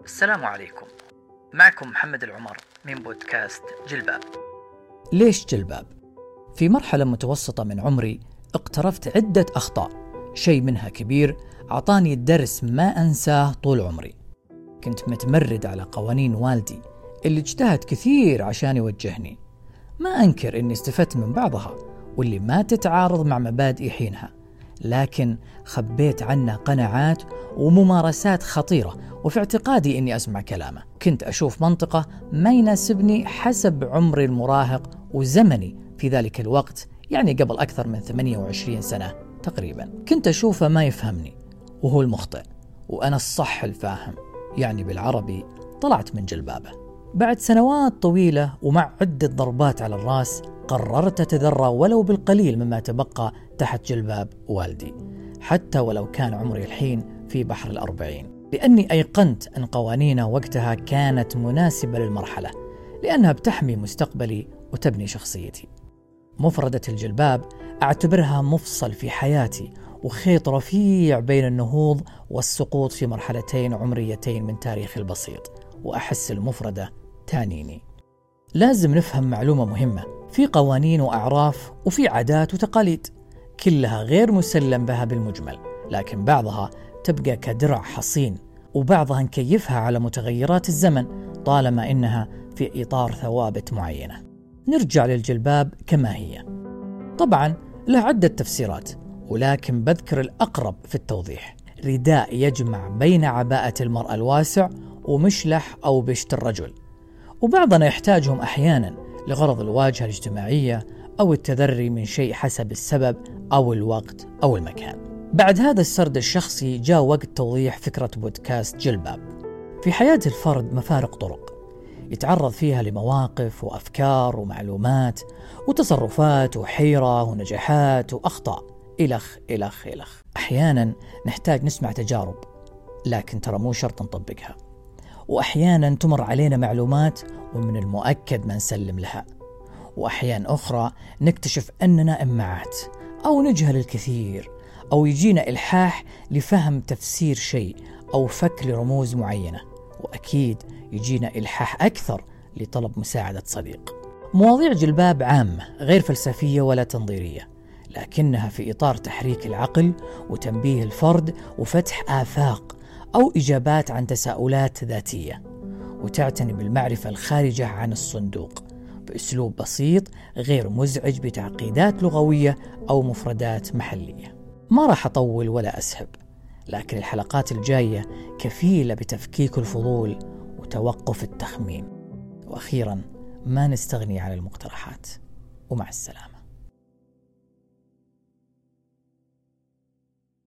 السلام عليكم، معكم محمد العمر من بودكاست جلباب. ليش جلباب؟ في مرحلة متوسطة من عمري اقترفت عدة أخطاء، شيء منها كبير أعطاني الدرس ما أنساه طول عمري. كنت متمرد على قوانين والدي اللي اجتهد كثير عشان يوجهني. ما أنكر أني استفدت من بعضها واللي ما تتعارض مع مبادئي حينها، لكن خبيت عنه قناعات وممارسات خطيرة، وفي اعتقادي أني أسمع كلامه. كنت أشوف منطقة ما يناسبني حسب عمري المراهق وزمني في ذلك الوقت، يعني قبل أكثر من 28 سنة تقريبا. كنت أشوفه ما يفهمني وهو المخطئ وأنا الصح الفاهم، يعني بالعربي طلعت من جلبابه. بعد سنوات طويلة ومع عدة ضربات على الرأس قررت أتذرى ولو بالقليل مما تبقى تحت جلباب والدي، حتى ولو كان عمري الحين في بحر 40، لأني أيقنت أن قوانينه وقتها كانت مناسبة للمرحلة، لأنها بتحمي مستقبلي وتبني شخصيتي. مفردة الجلباب أعتبرها مفصل في حياتي وخيط رفيع بين النهوض والسقوط في مرحلتين عمريتين من تاريخي البسيط، وأحس المفردة تعنيني. لازم نفهم معلومة مهمة: في قوانين وأعراف وفي عادات وتقاليد، كلها غير مسلم بها بالمجمل، لكن بعضها تبقى كدرع حصين، وبعضها نكيفها على متغيرات الزمن طالما إنها في إطار ثوابت معينة. نرجع للجلباب كما هي. طبعا له عدة تفسيرات، ولكن بذكر الأقرب في التوضيح: رداء يجمع بين عباءة المرأة الواسع ومشلح أو بشت الرجل، وبعضنا يحتاجهم أحيانا لغرض الواجهة الاجتماعية أو التذري من شيء حسب السبب أو الوقت أو المكان. بعد هذا السرد الشخصي جاء وقت توضيح فكرة بودكاست جلباب. في حياة الفرد مفارق طرق يتعرض فيها لمواقف وأفكار ومعلومات وتصرفات وحيرة ونجاحات وأخطاء إلخ. أحيانا نحتاج نسمع تجارب، لكن ترى مو شرط نطبقها. وأحيانا تمر علينا معلومات ومن المؤكد ما نسلم لها، وأحيان أخرى نكتشف أننا إمعات أو نجهل الكثير، أو يجينا إلحاح لفهم تفسير شيء أو فك لرموز معينة، وأكيد يجينا إلحاح أكثر لطلب مساعدة صديق. مواضيع جلباب عامة غير فلسفية ولا تنظيرية، لكنها في إطار تحريك العقل وتنبيه الفرد وفتح آفاق أو إجابات عن تساؤلات ذاتية، وتعتني بالمعرفة الخارجة عن الصندوق بأسلوب بسيط غير مزعج بتعقيدات لغوية أو مفردات محلية. ما راح أطول ولا أسهب، لكن الحلقات الجاية كفيلة بتفكيك الفضول وتوقف التخمين. وأخيرا ما نستغني عن المقترحات. ومع السلامة.